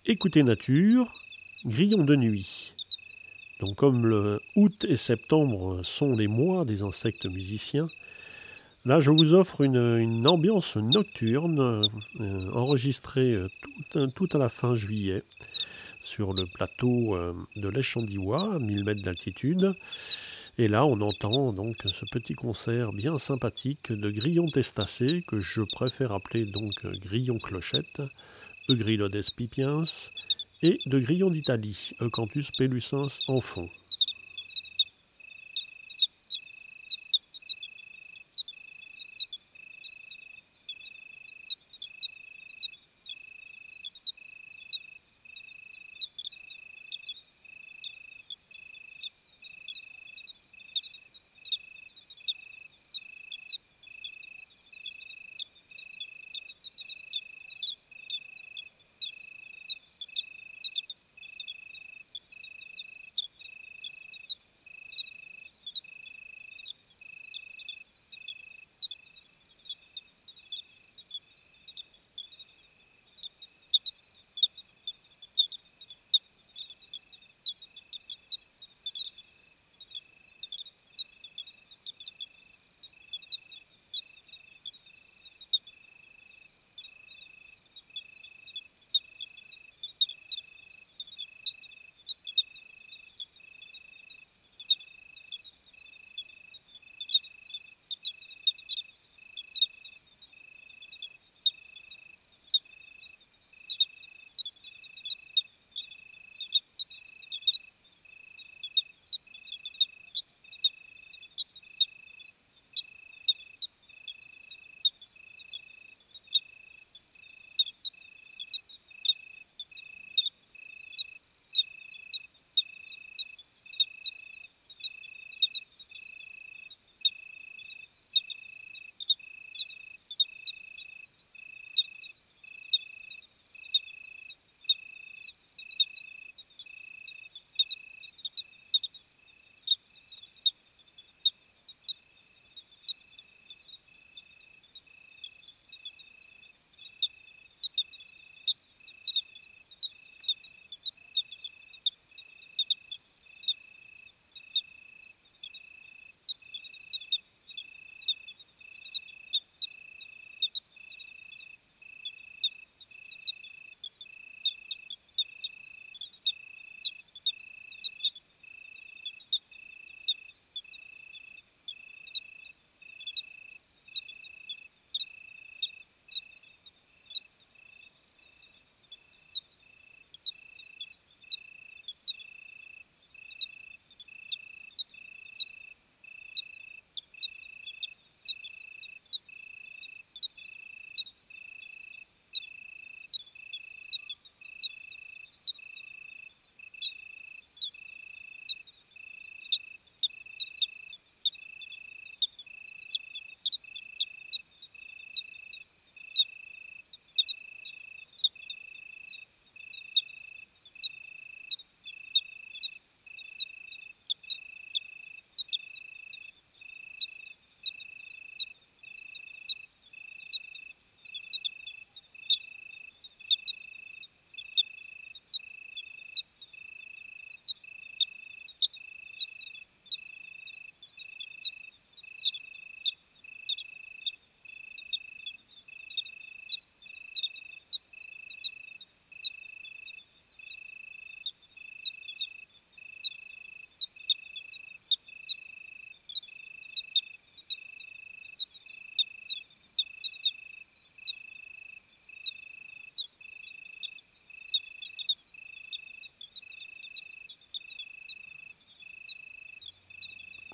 Écoutez Nature, grillon de nuit. Donc comme le août et septembre sont les mois des insectes musiciens, là je vous offre une ambiance nocturne enregistrée tout à la fin juillet sur le plateau de l'Échandiouat à 1000 mètres d'altitude. Et là on entend donc ce petit concert bien sympathique de grillons testacés que je préfère appeler donc grillons clochettes, Eugrilodes pipiens, et de grillons d'Italie, Eucanthus peluscens en fond.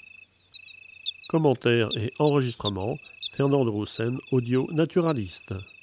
Commentaires et enregistrements, Fernand de Roussen, audio naturaliste.